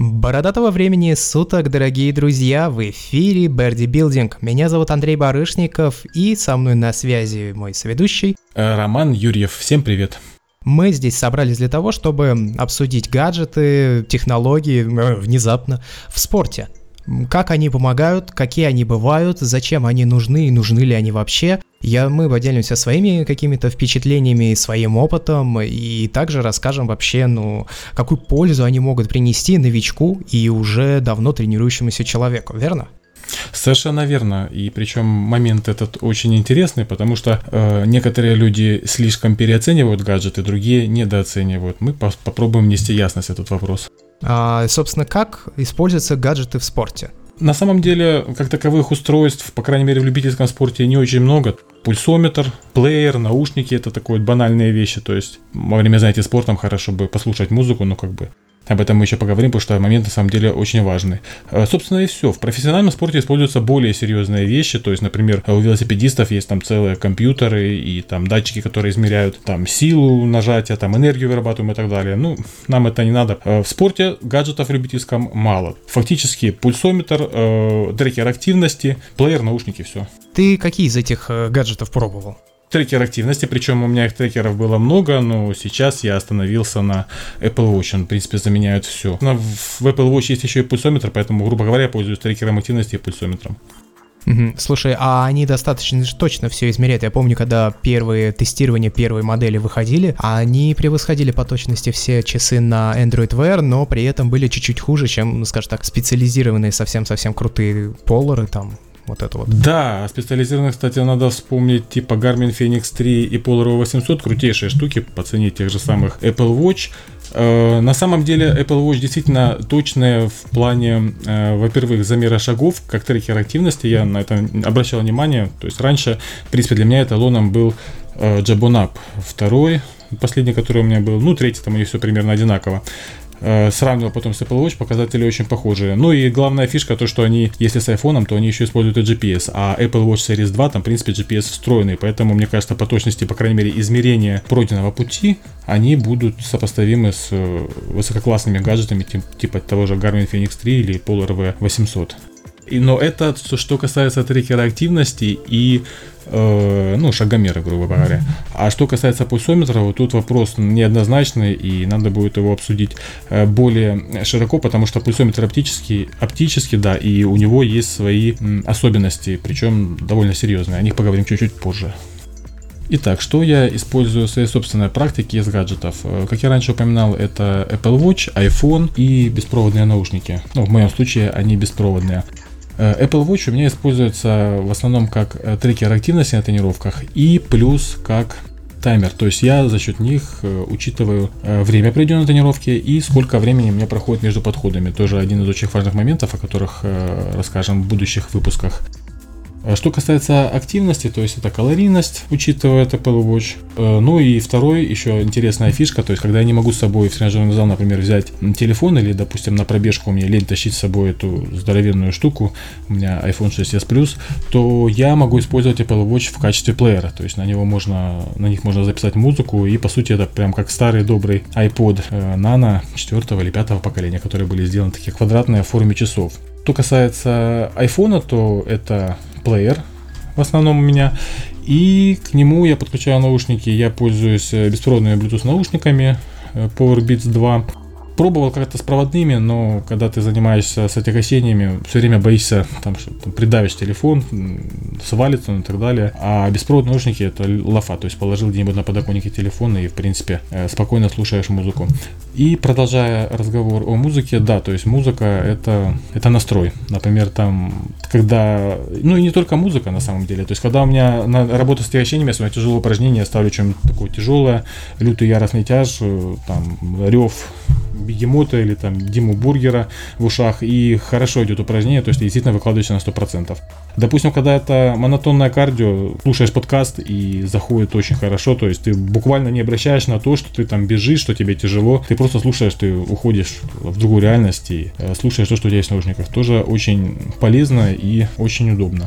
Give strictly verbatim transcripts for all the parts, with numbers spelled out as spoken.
Бородатого времени суток, дорогие друзья, в эфире Берди Билдинг. Меня зовут Андрей Барышников, и со мной на связи мой соведущий Роман Юрьев. Всем привет. Мы здесь собрались для того, чтобы обсудить гаджеты, технологии внезапно в спорте. Как они помогают, какие они бывают, зачем они нужны и нужны ли они вообще. Я, мы поделимся своими какими-то впечатлениями, своим опытом и также расскажем вообще, ну, какую пользу они могут принести новичку и уже давно тренирующемуся человеку, верно? Совершенно верно, и причем момент этот очень интересный, потому что э, некоторые люди слишком переоценивают гаджеты, другие недооценивают. Мы по- попробуем внести ясность в этот вопрос. А, собственно, как используются гаджеты в спорте? На самом деле, как таковых устройств, по крайней мере в любительском спорте, не очень много. Пульсометр, плеер, наушники — это такие вот банальные вещи, то есть во время занятий спортом хорошо бы послушать музыку, но как бы... Об этом мы еще поговорим, потому что момент на самом деле очень важный. Собственно и все. В профессиональном спорте используются более серьезные вещи. То есть, например, у велосипедистов есть там целые компьютеры и там датчики, которые измеряют там силу нажатия, там энергию вырабатываем и так далее. Ну, нам это не надо. В спорте гаджетов любительском мало. Фактически пульсометр, э, трекер активности, плеер, наушники, все. Ты какие из этих э, гаджетов пробовал? Трекер активности, причем у меня их трекеров было много, но сейчас я остановился на Apple Watch, он, в принципе, заменяет все. Но в Apple Watch есть еще и пульсометр, поэтому, грубо говоря, я пользуюсь трекером активности и пульсометром. Угу. Слушай, а они достаточно точно все измеряют? Я помню, когда первые тестирования первой модели выходили, они превосходили по точности все часы на Android Wear, но при этом были чуть-чуть хуже, чем, скажем так, специализированные совсем-совсем крутые полары там. Вот это вот. Да, специализированных, кстати, надо вспомнить типа Garmin Fenix три и Polar восемьсот, крутейшие штуки по цене тех же самых Apple Watch. Э, на самом деле Apple Watch действительно точные в плане, э, во-первых, замера шагов, как трекер активности, я на это обращал внимание. То есть раньше, в принципе, для меня эталоном был э, Jabonap, второй, последний, который у меня был, ну, третий, там у них все примерно одинаково. Сравнивал потом с Apple Watch, показатели очень похожие. Ну и главная фишка то, что они, если с iPhone, то они еще используют и джи пи эс, а Apple Watch Series два там, в принципе, джи пи эс встроенный, поэтому, мне кажется, по точности, по крайней мере, измерения пройденного пути, они будут сопоставимы с высококлассными гаджетами, типа того же Garmin Fenix три или Polar восемьсот. И, но это что касается трекера активности и э, ну, шагомера, грубо говоря. А что касается пульсометра, вот тут вопрос неоднозначный, и надо будет его обсудить э, более широко, потому что пульсометр оптический, оптический, да, и у него есть свои м, особенности, причем довольно серьезные. О них поговорим чуть-чуть позже. Итак, что я использую в своей собственной практике из гаджетов? Как я раньше упоминал, это Apple Watch, iPhone и беспроводные наушники. Ну, в моем случае они беспроводные. Apple Watch у меня используется в основном как трекер активности на тренировках и плюс как таймер. То есть я за счет них учитываю время проведенной на тренировке и сколько времени у меня проходит между подходами. Тоже один из очень важных моментов, о которых расскажем в будущих выпусках. Что касается активности, то есть это калорийность, учитывает Apple Watch. Ну и второй, еще интересная фишка, то есть когда я не могу с собой в тренажерный зал, например, взять телефон или, допустим, на пробежку мне лень тащить с собой эту здоровенную штуку, у меня iPhone шесть эс Plus, то я могу использовать Apple Watch в качестве плеера, то есть на него можно, на них можно записать музыку, и по сути это прям как старый добрый iPod Nano четвертого или пятого поколения, которые были сделаны такие квадратные в форме часов. Что касается iPhone, то это плеер в основном у меня, и к нему я подключаю наушники. Я пользуюсь беспроводными Bluetooth наушниками PowerBeats два. Пробовал как-то с проводными, но когда ты занимаешься с отягощениями, все время боишься, там, что там, придавишь телефон, свалится и так далее. А беспроводные наушники — это лафа, то есть положил где-нибудь на подоконнике телефон и, в принципе, спокойно слушаешь музыку. И продолжая разговор о музыке, да, то есть музыка — это, это настрой. Например, там, когда, ну и не только музыка на самом деле, то есть когда у меня на работа с отягощениями, если у меня тяжелое упражнение, я ставлю что-нибудь такое тяжелое, лютый яростный тяж, там, рев бегемота или там Диму Бургера в ушах, и хорошо идет упражнение, то есть ты действительно выкладываешься на сто процентов. Допустим, когда это монотонное кардио, слушаешь подкаст и заходит очень хорошо, то есть ты буквально не обращаешь на то, что ты там бежишь, что тебе тяжело, ты просто слушаешь, ты уходишь в другую реальность и слушаешь то, что у тебя есть в наушниках. Тоже очень полезно и очень удобно.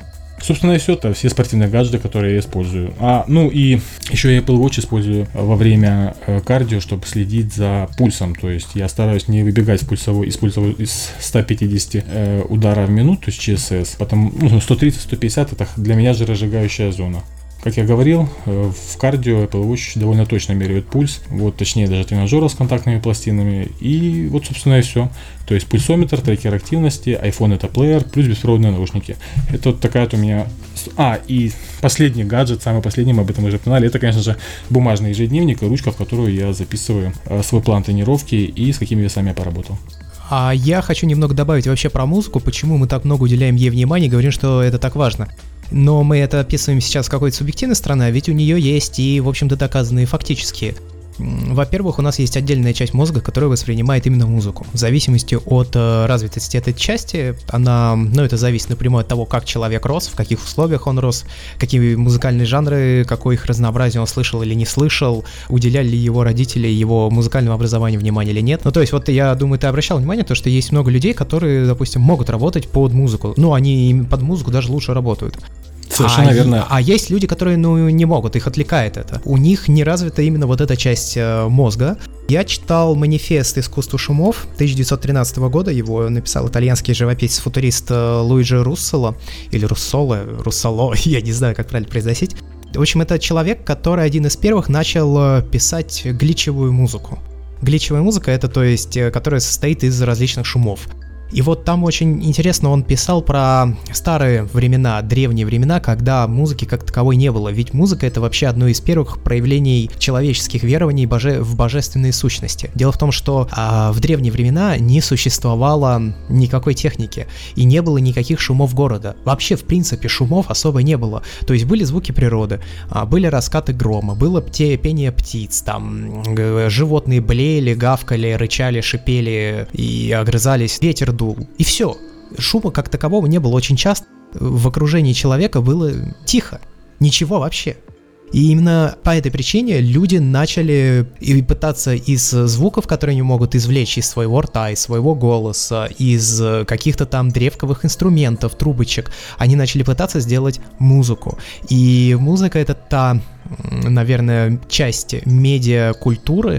Собственно, и все, это все спортивные гаджеты, которые я использую. А, ну и еще я Apple Watch использую во время э, кардио, чтобы следить за пульсом. То есть я стараюсь не выбегать с пульсовой, из пульсовой из ста пятидесяти э, удара в минуту, то есть ЧСС. Потому, ну, сто тридцать - сто пятьдесят это для меня жиросжигающая зона. Как я говорил, в кардио Apple Watch довольно точно меряет пульс, вот, точнее даже тренажера с контактными пластинами, и вот, собственно, и все. То есть пульсометр, трекер активности, iPhone это плеер, плюс беспроводные наушники. Это вот такая вот у меня... А, и последний гаджет, самый последний, мы об этом уже упоминали, это, конечно же, бумажный ежедневник и ручка, в которую я записываю свой план тренировки и с какими весами я поработал. А я хочу немного добавить вообще про музыку, почему мы так много уделяем ей внимания и говорим, что это так важно. Но мы это описываем сейчас с какой-то субъективной стороны, а ведь у нее есть и, в общем-то, доказанные фактические. Во-первых, у нас есть отдельная часть мозга, которая воспринимает именно музыку. В зависимости от э, развитости этой части, она, ну, это зависит напрямую от того, как человек рос, в каких условиях он рос, какие музыкальные жанры, какое их разнообразие он слышал или не слышал, уделяли ли его родители его музыкальному образованию внимания или нет. Ну, то есть, вот я думаю, ты обращал внимание, то, что есть много людей, которые, допустим, могут работать под музыку. Ну, они под музыку даже лучше работают. Совершенно а, верно. А есть люди, которые, ну, не могут, их отвлекает это. У них не развита именно вот эта часть э, мозга. Я читал «Манифест искусства шумов» тысяча девятьсот тринадцатого года, его написал итальянский живописец-футурист Луиджи Руссоло, или Руссоло, Руссоло, я не знаю, как правильно произносить. В общем, это человек, который один из первых начал писать гличевую музыку. Гличевая музыка — это, то есть, которая состоит из различных шумов. И вот там очень интересно он писал про старые времена, древние времена, когда музыки как таковой не было. Ведь музыка — это вообще одно из первых проявлений человеческих верований боже... в божественные сущности. Дело в том, что а, в древние времена не существовало никакой техники и не было никаких шумов города. Вообще, в принципе, шумов особо не было. То есть были звуки природы, а, были раскаты грома, было пте... пение птиц, там животные блеяли, гавкали, рычали, шипели и огрызались, ветер дул. И все. Шума как такового не было очень часто. В окружении человека было тихо. Ничего вообще. И именно по этой причине люди начали и пытаться из звуков, которые они могут извлечь из своего рта, из своего голоса, из каких-то там древковых инструментов, трубочек, они начали пытаться сделать музыку. И музыка — это та, наверное, часть медиакультуры,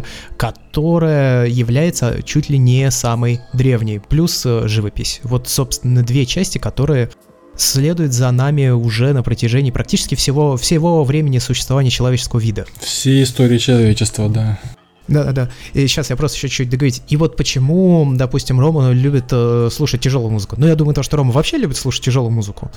которая является чуть ли не самой древней, плюс живопись. Вот, собственно, две части, которые следует за нами уже на протяжении практически всего, всего времени существования человеческого вида. Все истории человечества, да. Да-да-да. И сейчас я просто еще чуть-чуть договорить. И вот почему, допустим, Рома любит э, слушать тяжелую музыку. Ну, я думаю, то, что Рома вообще любит слушать тяжелую музыку.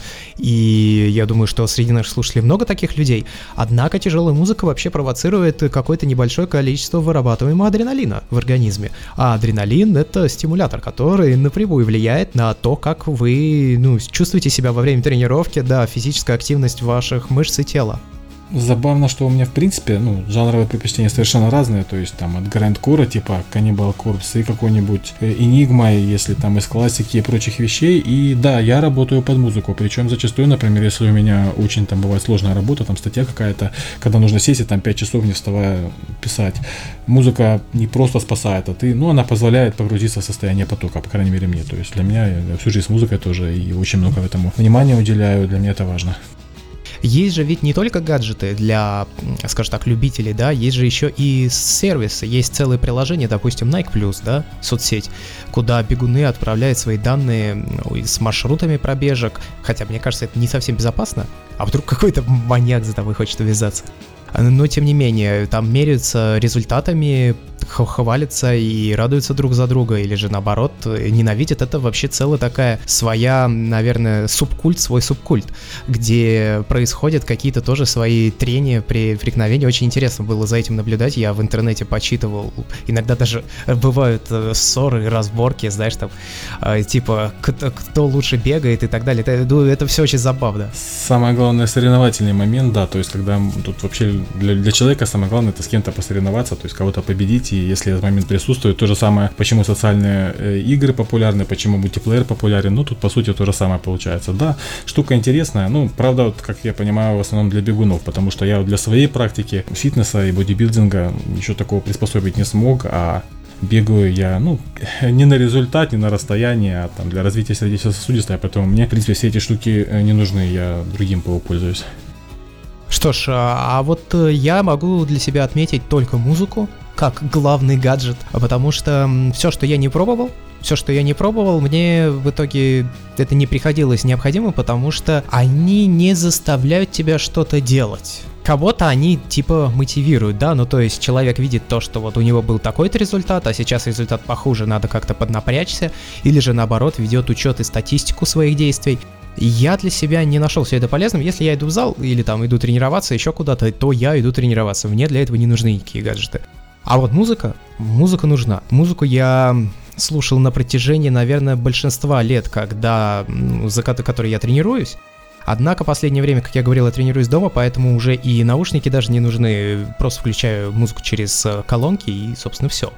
И я думаю, что среди наших слушателей много таких людей. Однако тяжелая музыка вообще провоцирует какое-то небольшое количество вырабатываемого адреналина в организме. А адреналин — это стимулятор, который напрямую влияет на то, как вы, ну, чувствуете себя во время тренировки, да, физическая активность ваших мышц и тела. Забавно, что у меня, в принципе, ну, жанровые предпочтения совершенно разные, то есть там от грандкора, типа Cannibal Corpse и какой-нибудь Enigma, если там из классики и прочих вещей, и да, я работаю под музыку, причем зачастую, например, если у меня очень там бывает сложная работа, там статья какая-то, когда нужно сесть и там пять часов не вставая писать, музыка не просто спасает, а ты, ну, она позволяет погрузиться в состояние потока, по крайней мере мне, то есть для меня, я всю жизнь с музыкой тоже и очень много этому внимания уделяю, для меня это важно. Есть же ведь не только гаджеты для, скажем так, любителей, да, есть же еще и сервисы, есть целые приложения, допустим, Nike Plus, да, соцсеть, куда бегуны отправляют свои данные с маршрутами пробежек, хотя, мне кажется, это не совсем безопасно, а вдруг какой-то маньяк за тобой хочет увязаться. Но, тем не менее, там меряются результатами, хвалятся и радуются друг за друга, или же, наоборот, ненавидят. Это вообще целая такая своя, наверное, субкульт, свой субкульт, где происходят какие-то тоже свои трения, преткновения. Очень интересно было за этим наблюдать. Я в интернете почитывал. Иногда даже бывают ссоры, разборки, знаешь, там, типа, кто, кто лучше бегает и так далее. Это, это все очень забавно. Самое главное, соревновательный момент, да, то есть, когда тут вообще для, для человека самое главное — это с кем-то посоревноваться, то есть кого-то победить, и если этот момент присутствует, то же самое, почему социальные э, игры популярны, почему мультиплеер популярен, ну тут по сути то же самое получается. Да, штука интересная, ну правда, вот, как я понимаю, в основном для бегунов, потому что я для своей практики фитнеса и бодибилдинга ничего такого приспособить не смог, а бегаю я, ну, не на результат, не на расстояние, а там для развития сердечно-сосудистой, поэтому мне, в принципе, все эти штуки не нужны, я другим ПО пользуюсь. Что ж, а вот я могу для себя отметить только музыку как главный гаджет, потому что все, что я не пробовал, все, что я не пробовал, мне в итоге это не приходилось необходимо, потому что они не заставляют тебя что-то делать. Кого-то они типа мотивируют, да, ну то есть человек видит то, что вот у него был такой-то результат, а сейчас результат похуже, надо как-то поднапрячься, или же наоборот ведет учет и статистику своих действий. Я для себя не нашел все это полезным. Если я иду в зал или там иду тренироваться еще куда-то, то я иду тренироваться. Мне для этого не нужны никакие гаджеты. А вот музыка, музыка нужна. Музыку я слушал на протяжении, наверное, большинства лет, когда, за которые я тренируюсь. Однако в последнее время, как я говорил, я тренируюсь дома, поэтому уже и наушники даже не нужны. Просто включаю музыку через колонки и, собственно, все.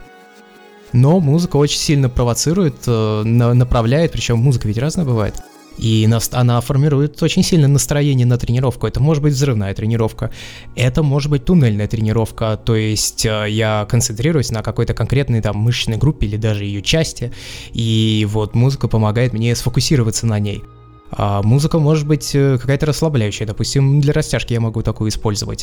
Но музыка очень сильно провоцирует, направляет, причем музыка ведь разная бывает. И она формирует очень сильно настроение на тренировку. Это может быть взрывная тренировка, это может быть туннельная тренировка, то есть я концентрируюсь на какой-то конкретной там мышечной группе или даже ее части, и вот музыка помогает мне сфокусироваться на ней. А музыка может быть какая-то расслабляющая, допустим, для растяжки я могу такую использовать.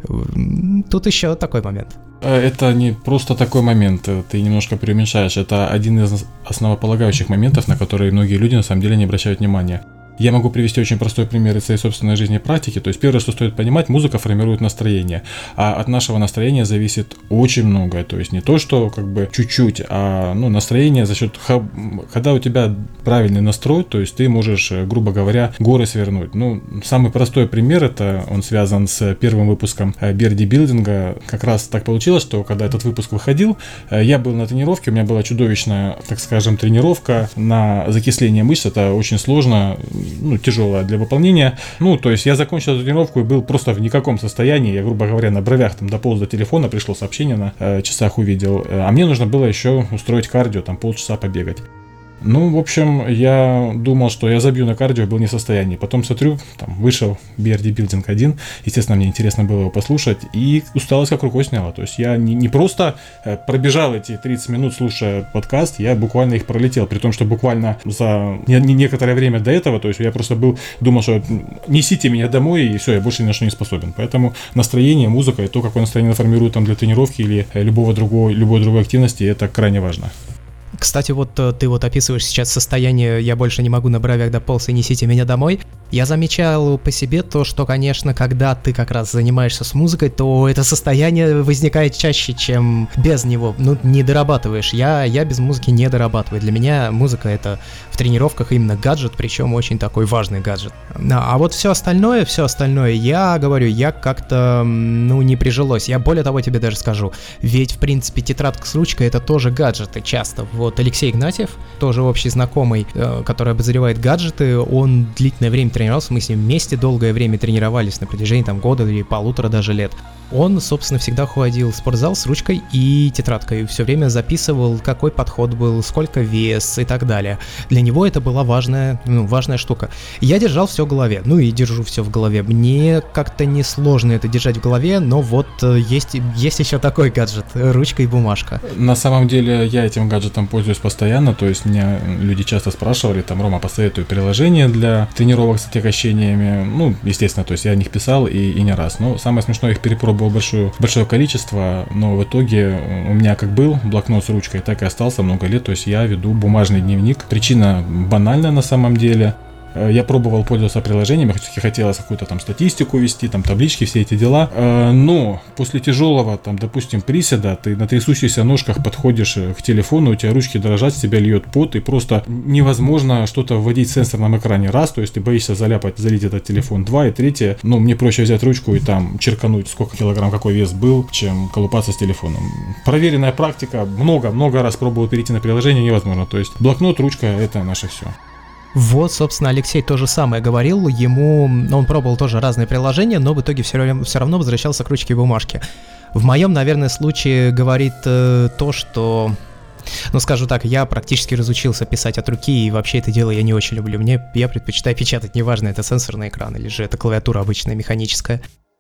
Тут еще такой момент. Это не просто такой момент, ты немножко преуменьшаешь. Это один из основополагающих моментов, на которые многие люди на самом деле не обращают внимания. Я могу привести очень простой пример из своей собственной жизни и практики. То есть первое, что стоит понимать, музыка формирует настроение, а от нашего настроения зависит очень многое. То есть не то, что как бы чуть-чуть, а ну, настроение за счет, когда у тебя правильный настрой, то есть ты можешь, грубо говоря, горы свернуть. Ну, самый простой пример, это он связан с первым выпуском Бердибилдинга. Как раз так получилось, что когда этот выпуск выходил, я был на тренировке, у меня была чудовищная, так скажем, тренировка на закисление мышц. Это очень сложно, ну, тяжелая для выполнения. Ну, то есть я закончил тренировку и был просто в никаком состоянии. Я, грубо говоря, на бровях там дополз до телефона, пришло сообщение на э, часах, увидел. А мне нужно было еще устроить кардио, там полчаса побегать. Ну, в общем, я думал, что я забью на кардио, был не в состоянии. Потом смотрю, там вышел би ар ди Building один, естественно, мне интересно было его послушать, и усталость как рукой сняла. То есть я не, не просто пробежал эти тридцать минут, слушая подкаст, я буквально их пролетел, при том, что буквально за не, не некоторое время до этого, то есть я просто был, думал, что несите меня домой, и все, я больше ни на что не способен. Поэтому настроение, музыка и то, какое настроение формирует там для тренировки или любого другого, любой другой активности, это крайне важно. Кстати, вот ты вот описываешь сейчас состояние «я больше не могу на бровях дополз и несите меня домой». Я замечал по себе то, что, конечно, когда ты как раз занимаешься с музыкой, то это состояние возникает чаще, чем без него. Ну, не дорабатываешь. Я, я без музыки не дорабатываю. Для меня музыка — это в тренировках именно гаджет, причем очень такой важный гаджет. А вот все остальное, все остальное, я говорю, я как-то, ну, не прижилось. Я более того тебе даже скажу, ведь, в принципе, тетрадка с ручкой — это тоже гаджеты часто. Вот Алексей Игнатьев, тоже общий знакомый, который обозревает гаджеты, он длительное время тренировался, мы с ним вместе долгое время тренировались на протяжении там года или полутора даже лет. Он, собственно, всегда ходил в спортзал с ручкой и тетрадкой, все время записывал, какой подход был, сколько вес и так далее. Для него это была важная, ну, важная штука. Я держал все в голове, ну и держу все в голове. Мне как-то несложно это держать в голове, но вот есть, есть еще такой гаджет, ручка и бумажка. На самом деле я этим гаджетом пользуюсь постоянно, то есть меня люди часто спрашивали, там, Рома, посоветуй приложение для тренировок с отягощениями. Ну, естественно, то есть я о них писал и, и не раз, но самое смешное, их перепробовал большое, большое количество, но в итоге у меня как был блокнот с ручкой, так и остался много лет, то есть я веду бумажный дневник. Причина банальная на самом деле. Я пробовал пользоваться приложениями, все-таки хотелось какую-то там статистику вести, там таблички, все эти дела. Но после тяжелого, там, допустим, приседа, ты на трясущихся ножках подходишь к телефону, у тебя ручки дрожат, с тебя льет пот, и просто невозможно что-то вводить в сенсорном экране. Раз, то есть ты боишься заляпать, залить этот телефон. Два, и третье, ну, мне проще взять ручку и там черкануть, сколько килограмм, какой вес был, чем колупаться с телефоном. Проверенная практика, много-много раз пробовал перейти на приложение, невозможно. То есть блокнот, ручка — это наше все. Вот, собственно, Алексей то же самое говорил, ему, он пробовал тоже разные приложения, но в итоге все равно, все равно возвращался к ручке и бумажке. В моем, наверное, случае говорит э, то, что, ну, скажу так, я практически разучился писать от руки, и вообще это дело я не очень люблю. Мне, я предпочитаю печатать, неважно, это сенсорный экран или же это клавиатура обычная, механическая.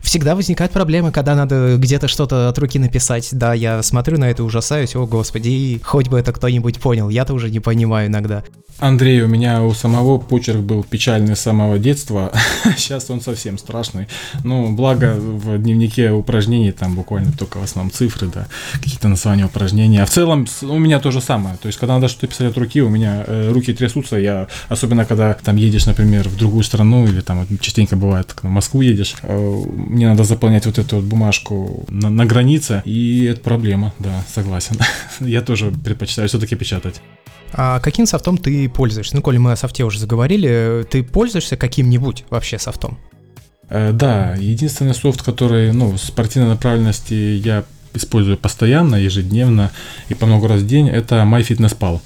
Всегда возникают проблемы, когда надо где-то что-то от руки написать. Да, я смотрю на это и ужасаюсь, о господи, хоть бы это кто-нибудь понял, я-то уже не понимаю иногда. Андрей, у меня у самого почерк был печальный с самого детства, сейчас он совсем страшный. Ну, благо в дневнике упражнений там буквально только в основном цифры, да, какие-то названия упражнений. А в целом у меня то же самое, то есть когда надо что-то писать от руки, у меня э, руки трясутся, я, особенно когда там едешь, например, в другую страну, или там вот, частенько бывает, когда в Москву едешь, э, мне надо заполнять вот эту вот бумажку на, на границе, и это проблема, да, согласен. Я тоже предпочитаю все-таки печатать. А каким софтом ты пользуешься? Ну, коли мы о софте уже заговорили, ты пользуешься каким-нибудь вообще софтом? Э, да, единственный софт, который, ну, спортивной направленности я использую постоянно, ежедневно и по много раз в день, это MyFitnessPal.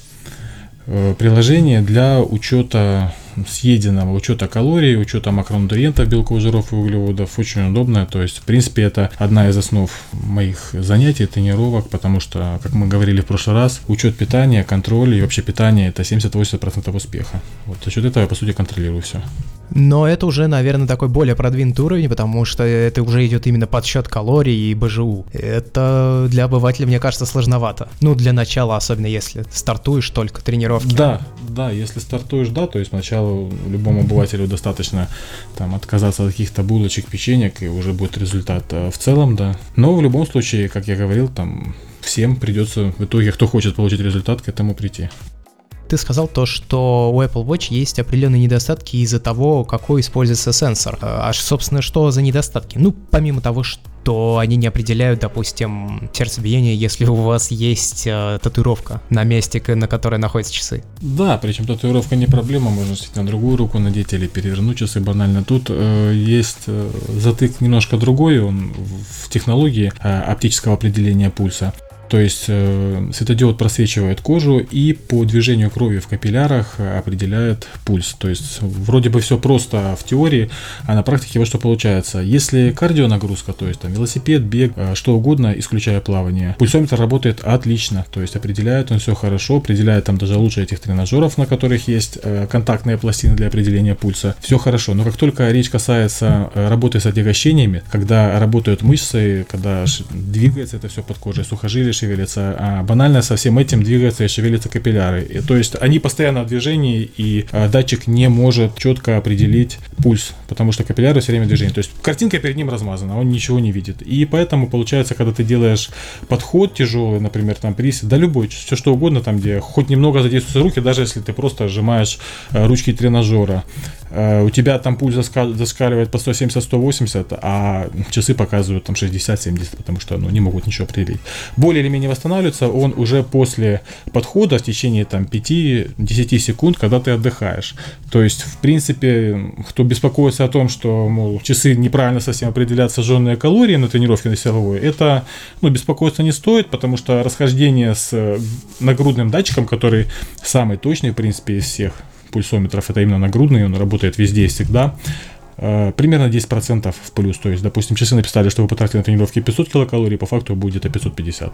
Э, приложение для учета съеденного, учета калорий, учета макронутриентов, белков, жиров и углеводов. Очень удобно. То есть, в принципе, это одна из основ моих занятий, тренировок, потому что, как мы говорили в прошлый раз, учет питания, контроль и вообще питание – это семьдесят-восемьдесят процентов успеха. Вот за счет этого я, по сути, контролирую все. Но это уже, наверное, такой более продвинутый уровень, потому что это уже идет именно подсчет калорий и БЖУ. Это для обывателя, мне кажется, сложновато. Ну, для начала, особенно если стартуешь только тренировки. Да, да, если стартуешь, да, то есть сначала любому обывателю достаточно там отказаться от каких-то булочек, печенек, и уже будет результат. А в целом, да. Но в любом случае, как я говорил, там всем придется в итоге, кто хочет получить результат, к этому прийти. Ты сказал то, что у Apple Watch есть определенные недостатки из-за того, какой используется сенсор. А, собственно, что за недостатки? Ну, помимо того, что они не определяют, допустим, сердцебиение, если у вас есть э, татуировка на месте, на которой находятся часы. Да, причем татуировка не проблема, можно на другую руку надеть или перевернуть часы банально. Тут э, есть э, затык немножко другой, он в технологии э, оптического определения пульса. То есть э, светодиод просвечивает кожу и по движению крови в капиллярах определяет пульс. То есть вроде бы все просто в теории, а на практике вот что получается. Если кардионагрузка, то есть там велосипед, бег, э, что угодно, исключая плавание, пульсометр работает отлично. То есть определяет он все хорошо, определяет там даже лучше этих тренажеров, на которых есть э, контактные пластины для определения пульса. Все хорошо, но как только речь касается э, работы с отягощениями, когда работают мышцы, когда ш- двигается это все под кожей, сухожилия шевелится, а банально со всем этим двигаются и шевелятся капилляры. И, то есть они постоянно в движении, и а, датчик не может четко определить пульс, потому что капилляры все время в движении. То есть картинка перед ним размазана, он ничего не видит. И поэтому получается, когда ты делаешь подход тяжелый, например, там присед, да любой, все что угодно, там где хоть немного задействуются руки, даже если ты просто сжимаешь а, ручки тренажера, а, у тебя там пульс заска- заскаливает по сто семьдесят - сто восемьдесят, а часы показывают там шестьдесят - семьдесят, потому что ну, не могут ничего определить. Более или менее восстанавливается он уже после подхода в течение там пяти-десяти секунд, когда ты отдыхаешь. То есть, в принципе, кто беспокоится о том, что, мол, часы неправильно совсем определяют сожженные калории на тренировке на силовой, это, ну, беспокоиться не стоит, потому что расхождение с нагрудным датчиком, который самый точный, в принципе, из всех пульсометров, это именно нагрудный, он работает везде и всегда, примерно десять процентов в плюс. То есть, допустим, часы написали, что вы потратили на тренировки пятьсот килокалорий, по факту будет где-то пятьсот пятьдесят.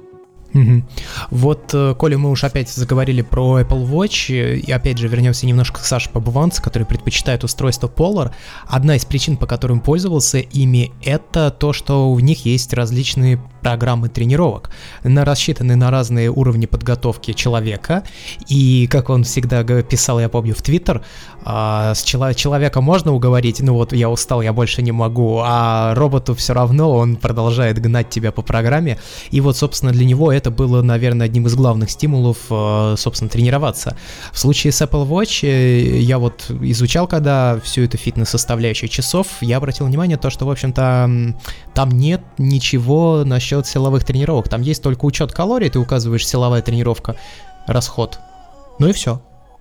Угу. Вот, коли мы уж опять заговорили про Apple Watch, и опять же вернемся немножко к Саше Побыванцу, который предпочитает устройство Polar, одна из причин, по которым пользовался ими, это то, что у них есть различные программы тренировок, на рассчитанные на разные уровни подготовки человека, и, как он всегда писал, я помню, в Твиттер, с человека можно уговорить, ну вот я устал, я больше не могу, а роботу все равно, он продолжает гнать тебя по программе, и вот, собственно, для него это было, наверное, одним из главных стимулов, собственно, тренироваться. В случае с Apple Watch я вот изучал, когда всю эту фитнес-составляющую часов, я обратил внимание на то, что, в общем-то, там нет ничего насчет силовых тренировок, там есть только учет калорий, ты указываешь силовая тренировка, расход, ну и все.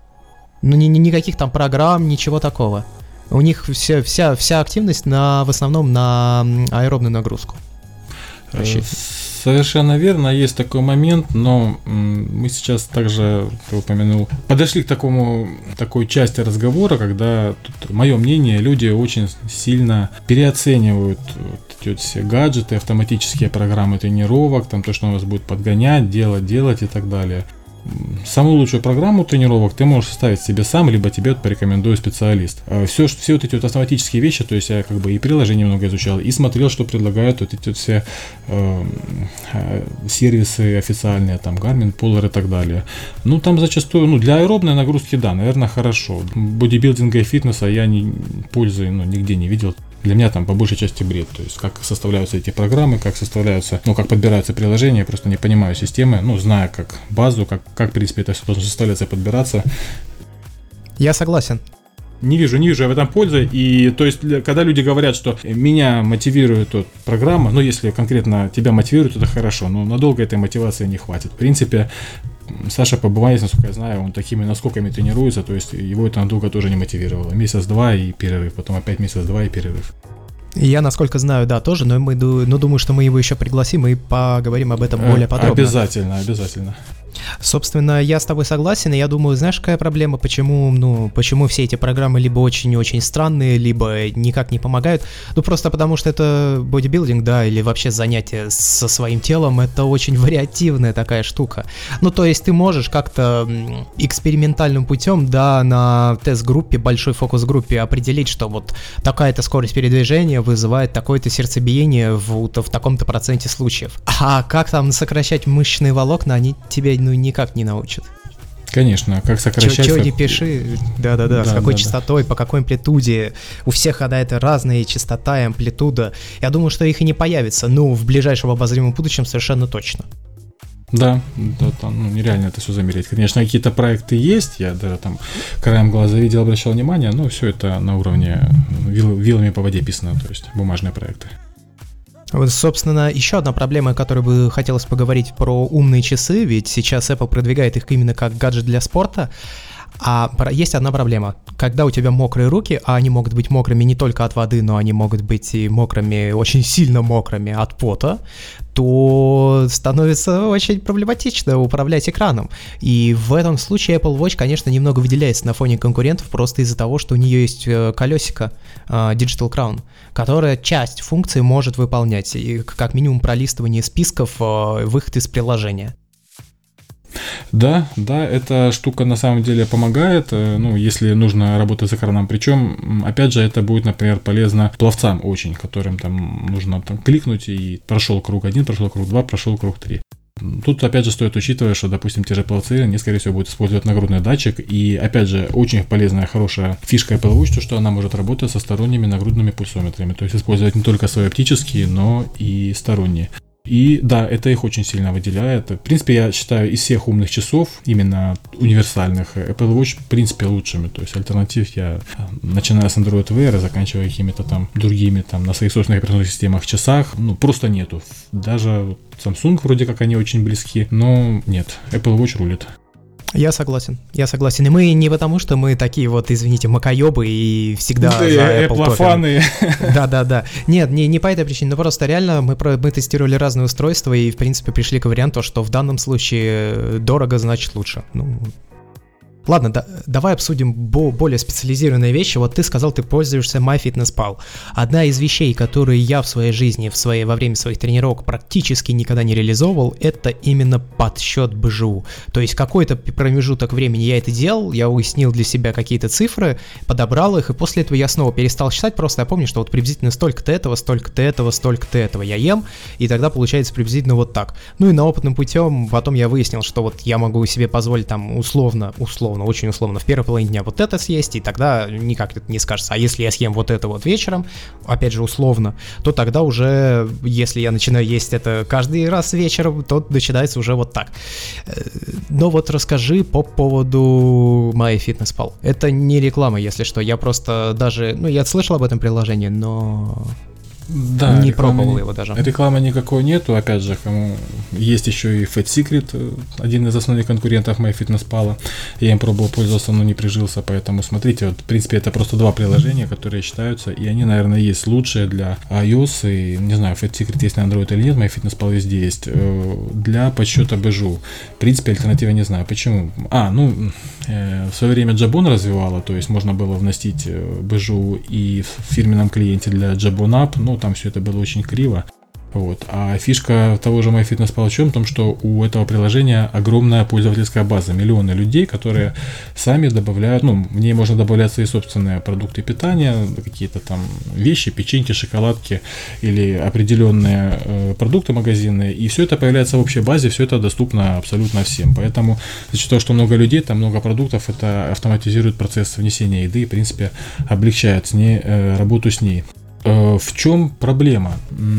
Ну, ни, ни, никаких там программ, ничего такого. У них вся, вся, вся активность на, в основном на аэробную нагрузку. Совершенно верно, есть такой момент, но мы сейчас также, как упомянул, подошли к такому, такой части разговора, когда, тут, мое мнение, люди очень сильно переоценивают вот эти вот все гаджеты, автоматические программы тренировок, там то, что он вас будет подгонять, делать, делать и так далее. самую лучшую программу тренировок ты можешь составить себе сам, либо тебе вот порекомендует специалист. Все, все вот эти вот автоматические вещи, то есть я как бы и приложение много изучал, и смотрел, что предлагают вот эти вот все э, сервисы официальные, там Garmin, Polar и так далее. Ну, там зачастую, ну, для аэробной нагрузки, да, наверное, хорошо. Бодибилдинга и фитнеса я не, пользы, ну, нигде не видел. Для меня там по большей части бред, то есть как составляются эти программы, как составляются, ну, как подбираются приложения, я просто не понимаю системы, ну, знаю как базу, как, как в принципе, это все должно составляться и подбираться. Я согласен. Не вижу, не вижу я в этом пользы, и то есть, когда люди говорят, что меня мотивирует вот, программа, ну, если конкретно тебя мотивирует, это хорошо, но надолго этой мотивации не хватит. В принципе, Саша Побыванец, насколько я знаю, он такими наскоками тренируется, то есть его это надолго тоже не мотивировало. Месяц-два и перерыв, потом опять месяц-два и перерыв. Я, насколько знаю, да, тоже, но мы, ну, думаю, что мы его еще пригласим и поговорим об этом более подробно. Обязательно, обязательно. Собственно, я с тобой согласен, и я думаю, знаешь, какая проблема, почему, ну, почему все эти программы либо очень-очень странные, либо никак не помогают, ну, просто потому что это бодибилдинг, да, или вообще занятие со своим телом, это очень вариативная такая штука. Ну, то есть ты можешь как-то экспериментальным путем, да, на тест-группе, большой фокус-группе определить, что вот такая-то скорость передвижения вызывает такое-то сердцебиение в, в таком-то проценте случаев. А как там сокращать мышечные волокна, они тебе, ну, никак не научат. Конечно, как сокращать... Чего не пиши, да-да-да, да, с какой да, частотой, да. По какой амплитуде. У всех она это разная частота и амплитуда. Я думаю, что их и не появится, но в ближайшем обозримом будущем совершенно точно. Да, да, там ну, нереально это все замерить. Конечно, какие-то проекты есть, я даже там краем глаза видел, обращал внимание, но все это на уровне вил, вилами по воде писано, то есть бумажные проекты. Вот, собственно, еще одна проблема, о которой бы хотелось поговорить, про умные часы, ведь сейчас Apple продвигает их именно как гаджет для спорта. А есть одна проблема. Когда у тебя мокрые руки, а они могут быть мокрыми не только от воды, но они могут быть и мокрыми, очень сильно мокрыми от пота, то становится очень проблематично управлять экраном. И в этом случае Apple Watch, конечно, немного выделяется на фоне конкурентов просто из-за того, что у нее есть колесико Digital Crown, которая часть функций может выполнять, и как минимум пролистывание списков, выход из приложения. Да, да, эта штука на самом деле помогает, ну, если нужно работать с экраном. Причем, опять же, это будет, например, полезно пловцам очень, которым там нужно там кликнуть и прошел круг один, прошел круг два, прошел круг три. Тут, опять же, стоит учитывать, что, допустим, те же пловцы, они, скорее всего, будут использовать нагрудный датчик. И, опять же, очень полезная, хорошая фишка Apple Watch, то, что она может работать со сторонними нагрудными пульсометрами. То есть использовать не только свои оптические, но и сторонние. И да, это их очень сильно выделяет. В принципе, я считаю из всех умных часов, именно универсальных, Apple Watch в принципе лучшими. То есть альтернатив я, начиная с Android Wear, заканчивая какими-то там другими там на своих собственных операционных системах часах, ну просто нету. Даже Samsung вроде как они очень близки, но нет, Apple Watch рулит. Я согласен, я согласен. И мы не потому, что мы такие вот, извините, макаёбы и всегда да, за Apple фаны. Да-да-да. Нет, не, не по этой причине, но просто реально мы, мы тестировали разные устройства и, в принципе, пришли к варианту, что в данном случае дорого значит лучше. Ну, ладно, да, давай обсудим бо- более специализированные вещи. Вот ты сказал, ты пользуешься MyFitnessPal. Одна из вещей, которые я в своей жизни, в своей, во время своих тренировок практически никогда не реализовывал, это именно подсчет бэ жэ у. То есть какой-то промежуток времени я это делал, я уяснил для себя какие-то цифры, подобрал их, и после этого я снова перестал считать. Просто я помню, что вот приблизительно столько-то этого, столько-то этого, столько-то этого я ем, и тогда получается приблизительно вот так. Ну и на опытном путем потом я выяснил, что вот я могу себе позволить там условно, условно, очень условно, в первой половине дня вот это съесть, и тогда никак это не скажется. А если я съем вот это вот вечером, опять же условно, то тогда уже, если я начинаю есть это каждый раз вечером, то начинается уже вот так. Но вот расскажи по поводу MyFitnessPal. Это не реклама, если что, я просто даже, ну я слышал об этом приложении, но... Да, не пробовал его даже. Рекламы никакой нету, опять же, кому есть еще и Fat Secret, один из основных конкурентов MyFitnessPal. Я им пробовал пользоваться, но не прижился, поэтому смотрите, вот, в принципе, это просто два приложения, которые считаются, и они, наверное, есть лучшие для iOS, и, не знаю, Fat Secret есть на Android или нет, MyFitnessPal везде есть, для подсчета бэ жэ у. В принципе, альтернативы не знаю. Почему? А, ну, в свое время Jabon развивала, то есть можно было вносить бэ жэ у и в фирменном клиенте для Jabon App, ну, там все это было очень криво. Вот. А фишка того же MyFitnessPal в чем? В том, что у этого приложения огромная пользовательская база, миллионы людей, которые сами добавляют, ну, в ней можно добавлять свои собственные продукты питания, какие-то там вещи, печеньки, шоколадки или определенные э, продукты магазинные, и все это появляется в общей базе, все это доступно абсолютно всем. Поэтому за счет того, что много людей, там много продуктов, это автоматизирует процесс внесения еды и, в принципе, облегчает с ней, э, работу с ней. В чем проблема?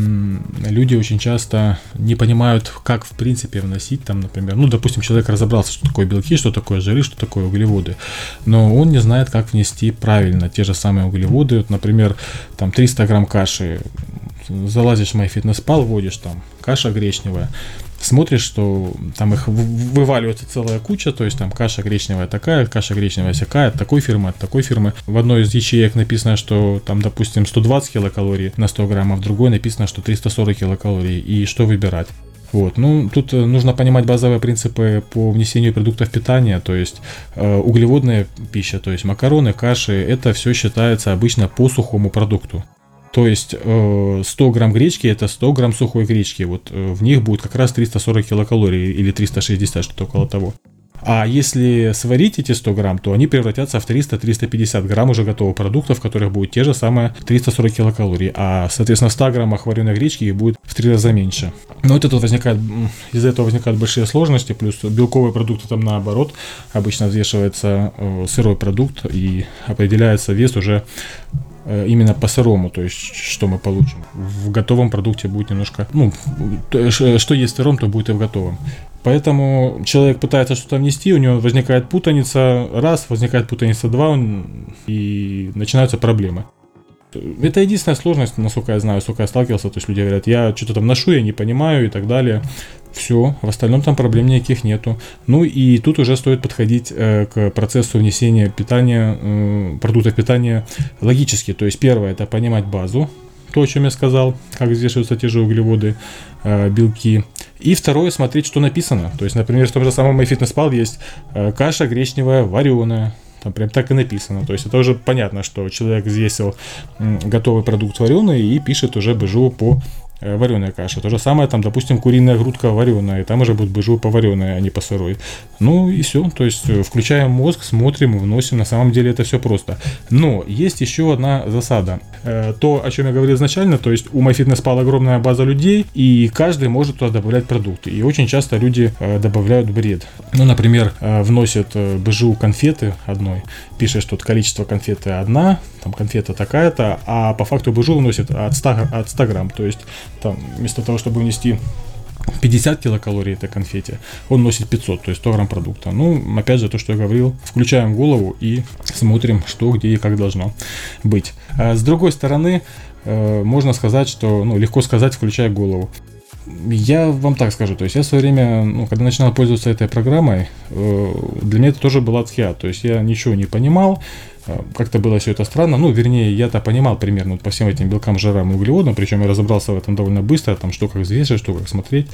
Люди очень часто не понимают, как в принципе вносить там, например, ну, допустим, человек разобрался, что такое белки, что такое жиры, что такое углеводы, но он не знает, как внести правильно те же самые углеводы. Вот, например, там триста грамм каши, залазишь в MyFitnessPal, вводишь там каша гречневая, смотришь, что там их вываливается целая куча, то есть там каша гречневая такая, каша гречневая сякая, от такой фирмы, от такой фирмы. В одной из ячеек написано, что там, допустим, сто двадцать килокалорий на сто грамм, а в другой написано, что триста сорок килокалорий, и что выбирать. Вот, ну, тут нужно понимать базовые принципы по внесению продуктов питания, то есть э, углеводная пища, то есть макароны, каши, это все считается обычно по сухому продукту. То есть сто грамм гречки — это сто грамм сухой гречки. Вот в них будет как раз триста сорок килокалорий или триста шестьдесят, что-то около того. А если сварить эти сто грамм, то они превратятся в триста - триста пятьдесят грамм уже готовых продуктов, в которых будет те же самые триста сорок килокалорий. А, соответственно, в ста граммах вареной гречки их будет в три раза меньше. Но вот это возникает, из-за этого возникают большие сложности, плюс белковые продукты там наоборот. Обычно взвешивается сырой продукт и определяется вес уже именно по сырому, то есть что мы получим. В готовом продукте будет немножко, ну, что есть в сыром, то будет и в готовом. Поэтому человек пытается что-то внести, у него возникает путаница, раз, возникает путаница, два, и начинаются проблемы. Это единственная сложность, насколько я знаю, сколько я сталкивался, то есть люди говорят, я что-то там ношу, я не понимаю и так далее. Все, в остальном там проблем никаких нету. Ну и тут уже стоит подходить э, к процессу внесения питания, э, продуктов питания логически. То есть первое — это понимать базу, то, о чем я сказал, как взвешиваются те же углеводы, э, белки. И второе — смотреть, что написано. То есть, например, в том же самом MyFitnessPal есть э, каша гречневая вареная. Там прям так и написано. То есть это уже понятно, что человек взвесил м, готовый продукт вареный и пишет уже БЖУ по вареная каша. То же самое, там, допустим, куриная грудка вареная, и там уже будет БЖУ по вареной, а не по сырой. Ну и все. То есть включаем мозг, смотрим, вносим. На самом деле это все просто. Но есть еще одна засада. То, о чем я говорил изначально, то есть у MyFitnessPal огромная база людей, и каждый может туда добавлять продукты. И очень часто люди добавляют бред. Ну, например, вносят БЖУ конфеты одной, пишет, что количество конфеты одна, там конфета такая-то, а по факту БЖУ вносит от ста, от ста грамм. То есть там вместо того, чтобы внести пятьдесят килокалорий этой конфете, он носит пятьсот, то есть сто грамм продукта. Ну, опять же, то, что я говорил, включаем голову и смотрим, что, где и как должно быть. А с другой стороны, можно сказать, что, ну, легко сказать, включая голову. Я вам так скажу, то есть я в свое время, ну, когда начинал пользоваться этой программой, для меня это тоже была адхия, то есть я ничего не понимал, как-то было все это странно, ну, вернее, я-то понимал примерно вот по всем этим белкам, жирам и углеводам, причем я разобрался в этом довольно быстро, там, что как взвешивать, что как смотреть,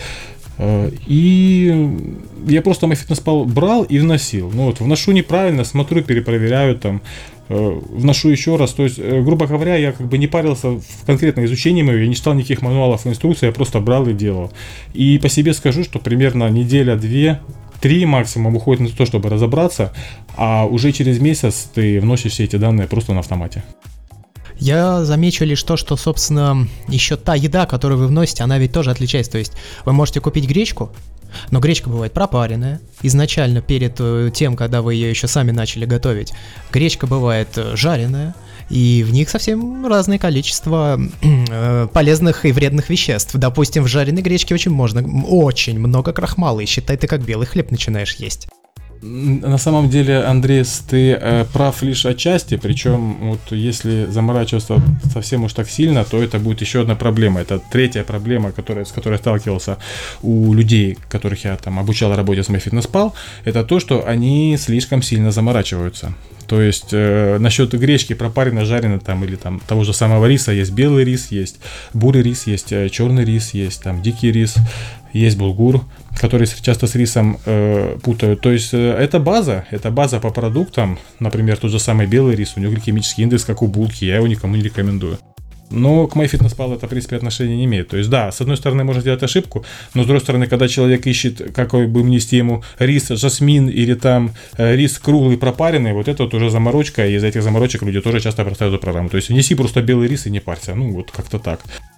и я просто MyFitnessPal брал и вносил, ну, вот, вношу неправильно, смотрю, перепроверяю, там, вношу еще раз, то есть, грубо говоря, я как бы не парился в конкретном изучении моего, я не читал никаких мануалов и инструкций, я просто брал и делал. И по себе скажу, что примерно неделя-две, три максимум уходит на то, чтобы разобраться, а уже через месяц ты вносишь все эти данные просто на автомате. Я замечу лишь то, что, собственно, еще та еда, которую вы вносите, она ведь тоже отличается. То есть вы можете купить гречку, но гречка бывает пропаренная. Изначально, перед тем, когда вы ее еще сами начали готовить, гречка бывает жареная, и в них совсем разное количество э, полезных и вредных веществ. Допустим, в жареной гречке очень можно, очень много крахмала, и считай, ты как белый хлеб начинаешь есть. На самом деле, Андрей, ты э, прав лишь отчасти, причем вот если заморачиваться совсем уж так сильно, то это будет еще одна проблема. Это третья проблема, которая, с которой я сталкивался у людей, которых я там обучал работе с MyFitnessPal, это то, что они слишком сильно заморачиваются. То есть э, насчет гречки пропарено, жарено там или там того же самого риса, есть белый рис, есть бурый рис, есть э, черный рис, есть там дикий рис, есть булгур, который часто с рисом э, путают. То есть э, это база, это база по продуктам, например, тот же самый белый рис, у него гликемический индекс, как у булки, я его никому не рекомендую. Но к MyFitnessPal это, в принципе, отношения не имеет. То есть, да, с одной стороны, можно сделать ошибку, но с другой стороны, когда человек ищет, какой бы внести ему рис жасмин или там э, рис круглый пропаренный, вот это вот уже заморочка, и из-за этих заморочек люди тоже часто бросают эту программу. То есть, внеси просто белый рис и не парься. Ну, вот как-то так.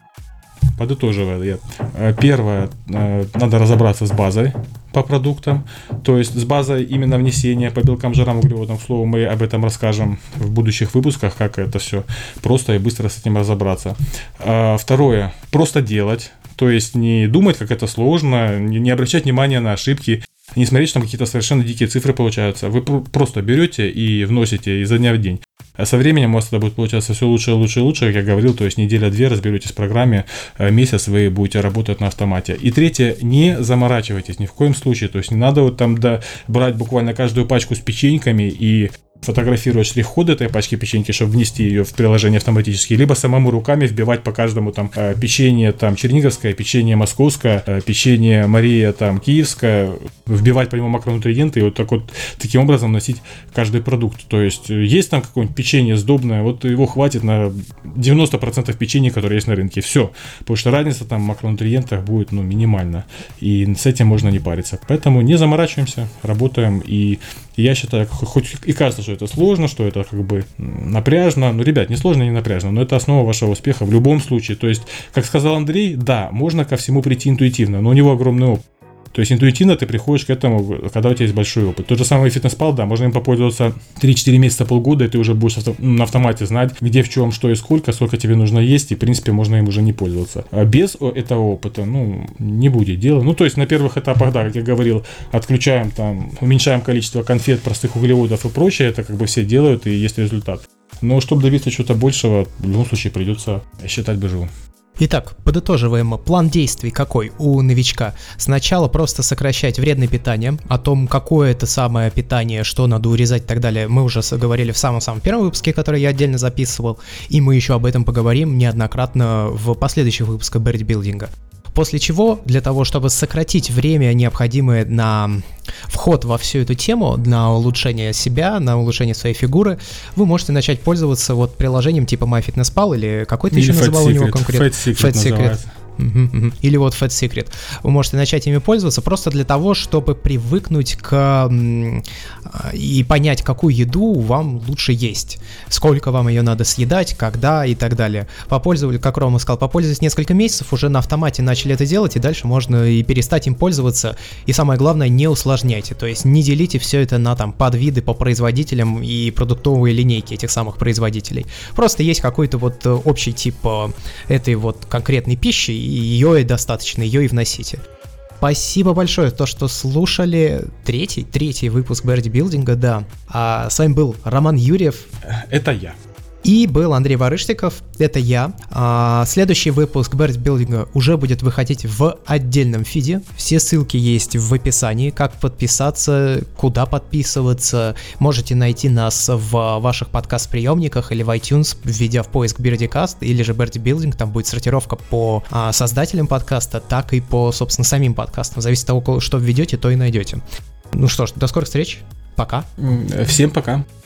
Подытоживая, первое, надо разобраться с базой по продуктам, то есть с базой именно внесения по белкам, жирам, углеводам. К слову, мы об этом расскажем в будущих выпусках, как это все просто и быстро с этим разобраться. Второе, просто делать, то есть не думать, как это сложно, не обращать внимания на ошибки, не смотреть, что там какие-то совершенно дикие цифры получаются. Вы просто берете и вносите изо дня в день. А со временем у вас это будет получаться все лучше и лучше и лучше, как я говорил, то есть неделя-две разберетесь в программе, месяц вы будете работать на автомате. И третье, не заморачивайтесь ни в коем случае, то есть не надо вот там да, брать буквально каждую пачку с печеньками и фотографировать штрих-код этой пачки печеньки, чтобы внести ее в приложение автоматически, либо самому руками вбивать по каждому там печенье там черниговское, печенье московское, печенье Мария там киевское, вбивать по нему макронутриенты и вот так вот таким образом носить каждый продукт. То есть есть там какое-нибудь печенье сдобное, вот его хватит на девяносто процентов печенья, которые есть на рынке, все, потому что разница там в макронутриентах будет ну минимальна, и с этим можно не париться. Поэтому не заморачиваемся, работаем, и я считаю, хоть и кажется, что это сложно, что это как бы напряжно. Ну, ребят, не сложно, не напряжно, но это основа вашего успеха в любом случае. То есть, как сказал Андрей, да, можно ко всему прийти интуитивно, но у него огромный опыт. То есть интуитивно ты приходишь к этому, когда у тебя есть большой опыт. Тот же самый FitnessPal, да, можно им попользоваться три-четыре месяца, полгода, и ты уже будешь на автомате знать, где, в чем, что и сколько, сколько тебе нужно есть, и, в принципе, можно им уже не пользоваться. А без этого опыта, ну, не будет дела. Ну, то есть на первых этапах, да, как я говорил, отключаем там, уменьшаем количество конфет, простых углеводов и прочее, это как бы все делают, и есть результат. Но чтобы добиться чего-то большего, в любом случае придется считать бежу. Итак, подытоживаем, план действий какой у новичка? Сначала просто сокращать вредное питание, о том, какое это самое питание, что надо урезать и так далее, мы уже говорили в самом-самом первом выпуске, который я отдельно записывал, и мы еще об этом поговорим неоднократно в последующих выпусках бодибилдинга. После чего, для того, чтобы сократить время, необходимое на вход во всю эту тему, на улучшение себя, на улучшение своей фигуры, вы можете начать пользоваться вот приложением типа MyFitnessPal или какой ты еще называл у него конкретно? Fat Secret. Fat Secret. Uh-huh, uh-huh. Или вот Fat Secret. Вы можете начать ими пользоваться просто для того, чтобы привыкнуть к и понять, какую еду вам лучше есть, сколько вам ее надо съедать, когда и так далее. Попользовались, как Рома сказал, попользовались несколько месяцев, уже на автомате начали это делать, и дальше можно и перестать им пользоваться. И самое главное, не усложняйте, то есть не делите все это на там подвиды по производителям и продуктовые линейки этих самых производителей. Просто есть какой-то вот общий тип этой вот конкретной пищи, и ее и достаточно, ее и вносите. Спасибо большое, то, что слушали третий, третий выпуск бодибилдинга, да. А с вами был Роман Юрьев. Это я. И был Андрей Барышников, это я. А, следующий выпуск бодибилдинга уже будет выходить в отдельном фиде. Все ссылки есть в описании, как подписаться, куда подписываться. Можете найти нас в ваших подкаст-приемниках или в iTunes, введя в поиск Birdicast или же бодибилдинг. Там будет сортировка по а, создателям подкаста, так и по, собственно, самим подкастам. Зависит от того, что введете, то и найдете. Ну что ж, до скорых встреч. Пока. Всем пока.